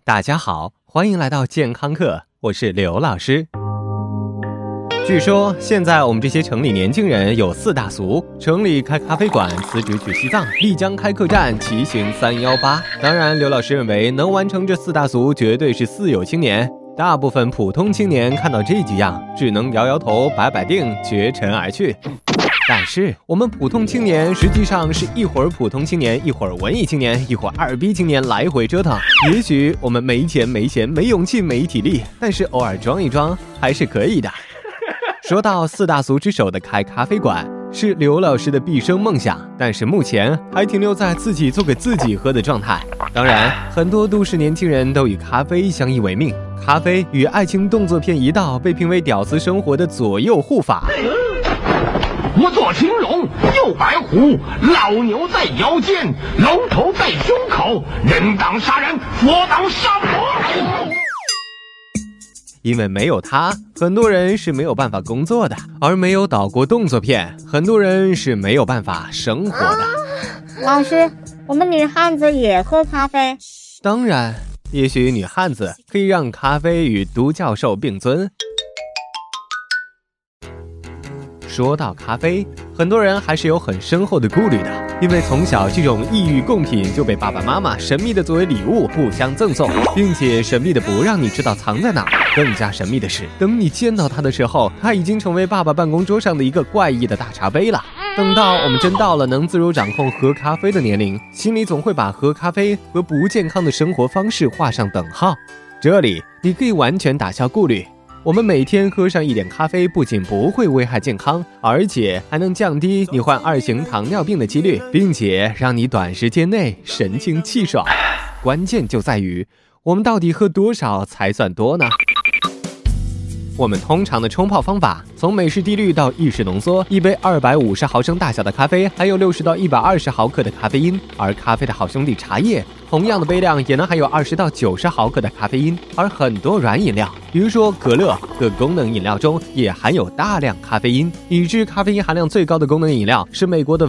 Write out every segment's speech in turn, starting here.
大家好，欢迎来到健康课，我是刘老师。据说现在我们这些城里年轻人有4大俗：城里开咖啡馆，辞职去西藏，丽江开客栈，骑行318。当然，刘老师认为能完成这4大俗绝对是四有青年。大部分普通青年看到这几样，只能摇摇头，摆摆腚，绝尘而去。但是我们普通青年实际上是一会儿普通青年，一会儿文艺青年，一会儿二逼青年，来回折腾。也许我们没钱没闲没勇气没体力，但是偶尔装一装还是可以的。说到4大俗之首的开咖啡馆，是刘老师的毕生梦想，但是目前还停留在自己做给自己喝的状态。当然，很多都市年轻人都以咖啡相依为命，咖啡与爱情动作片一道，被评为屌丝生活的左右护法。 我做青龙，右白虎，老牛在腰间，龙头在胸口，人当杀人，佛当杀佛。 因为没有它，很多人是没有办法工作的，而没有导过动作片，很多人是没有办法生活的。 老师，我们女汉子也喝咖啡？ 当然，也许女汉子可以让咖啡与都教授并尊。说到咖啡，很多人还是有很深厚的顾虑的，因为从小这种异域贡品就被爸爸妈妈神秘的作为礼物互相赠送，并且神秘的不让你知道藏在哪儿。更加神秘的是，等你见到它的时候，它已经成为爸爸办公桌上的一个怪异的大茶杯了。等到我们真到了能自如掌控喝咖啡的年龄，心里总会把喝咖啡和不健康的生活方式画上等号。这里你可以完全打消顾虑，我们每天喝上一点咖啡，不仅不会危害健康，而且还能降低你患2型糖尿病的几率，并且让你短时间内神清气爽。关键就在于，我们到底喝多少才算多呢？我们通常的冲泡方法，从美式滴滤到意式浓缩，一杯250毫升大小的咖啡含有60到120毫克的咖啡因，而咖啡的好兄弟茶叶，同样的杯量也能含有20到90毫克的咖啡因。而很多软饮料，比如说可乐各功能饮料中也含有大量咖啡因，已知咖啡因含量最高的功能饮料是美国的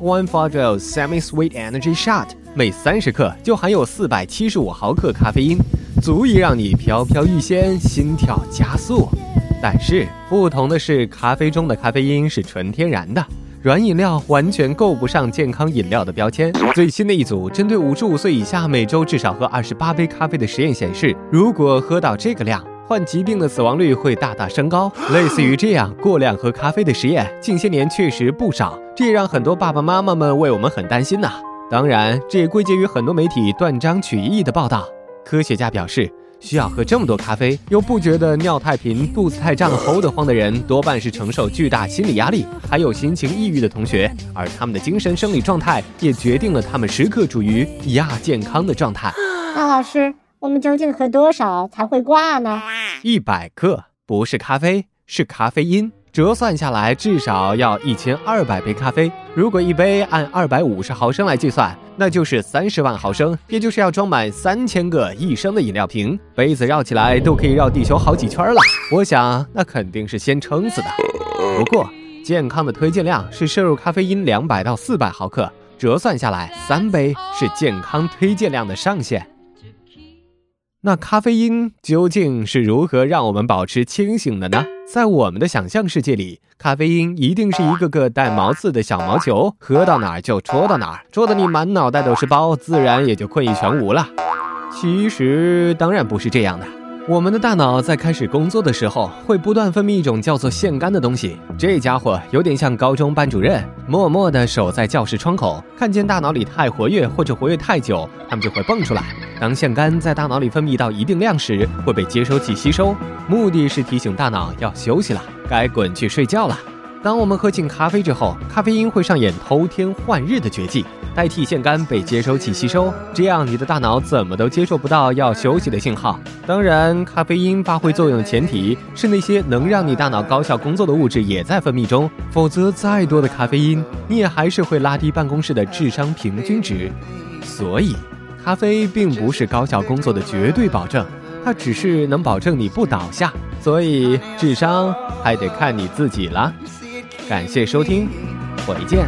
5150 Semi-Sweet Energy Shot， 每30克就含有475毫克咖啡因，足以让你飘飘欲仙，心跳加速。但是不同的是，咖啡中的咖啡因是纯天然的，软饮料完全够不上健康饮料的标签。最新的一组针对55岁以下每周至少喝28杯咖啡的实验显示，如果喝到这个量，患疾病的死亡率会大大升高。类似于这样过量喝咖啡的实验，近些年确实不少，这也让很多爸爸妈妈们为我们很担心呐。当然，这也归结于很多媒体断章取义的报道。科学家表示，需要喝这么多咖啡又不觉得尿太频、肚子太胀、齁得慌的人，多半是承受巨大心理压力，还有心情抑郁的同学，而他们的精神生理状态也决定了他们时刻处于亚健康的状态。 那老师，我们究竟喝多少才会挂呢 ？100克不是咖啡，是咖啡因。折算下来至少要1200杯咖啡，如果一杯按250毫升来计算，那就是30万毫升，也就是要装满3000个1升的饮料瓶，杯子绕起来都可以绕地球好几圈了。我想那肯定是先撑死的。不过健康的推荐量是摄入咖啡因200到400毫克，折算下来3杯是健康推荐量的上限。那咖啡因究竟是如何让我们保持清醒的呢？在我们的想象世界里，咖啡因一定是一个个带毛刺的小毛球，喝到哪儿就戳到哪儿，戳得你满脑袋都是包，自然也就困意全无了。其实当然不是这样的，我们的大脑在开始工作的时候，会不断分泌一种叫做腺苷的东西，这家伙有点像高中班主任，默默地守在教室窗口，看见大脑里太活跃或者活跃太久，他们就会蹦出来。当腺苷在大脑里分泌到一定量时，会被接收器吸收，目的是提醒大脑要休息了，该滚去睡觉了。当我们喝进咖啡之后，咖啡因会上演偷天换日的绝技，代替腺苷被接收器吸收，这样你的大脑怎么都接受不到要休息的信号。当然，咖啡因发挥作用的前提是那些能让你大脑高效工作的物质也在分泌中，否则再多的咖啡因，你也还是会拉低办公室的智商平均值。所以咖啡并不是高效工作的绝对保证，它只是能保证你不倒下，所以智商还得看你自己了。感谢收听，回见。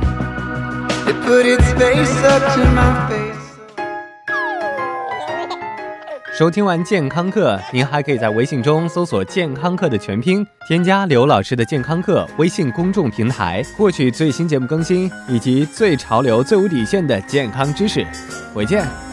It put its face up to my face. 收听完健康课，您还可以在微信中搜索健康课的全拼，添加刘老师的健康课微信公众平台，获取最新节目更新以及最潮流最无底线的健康知识。回见。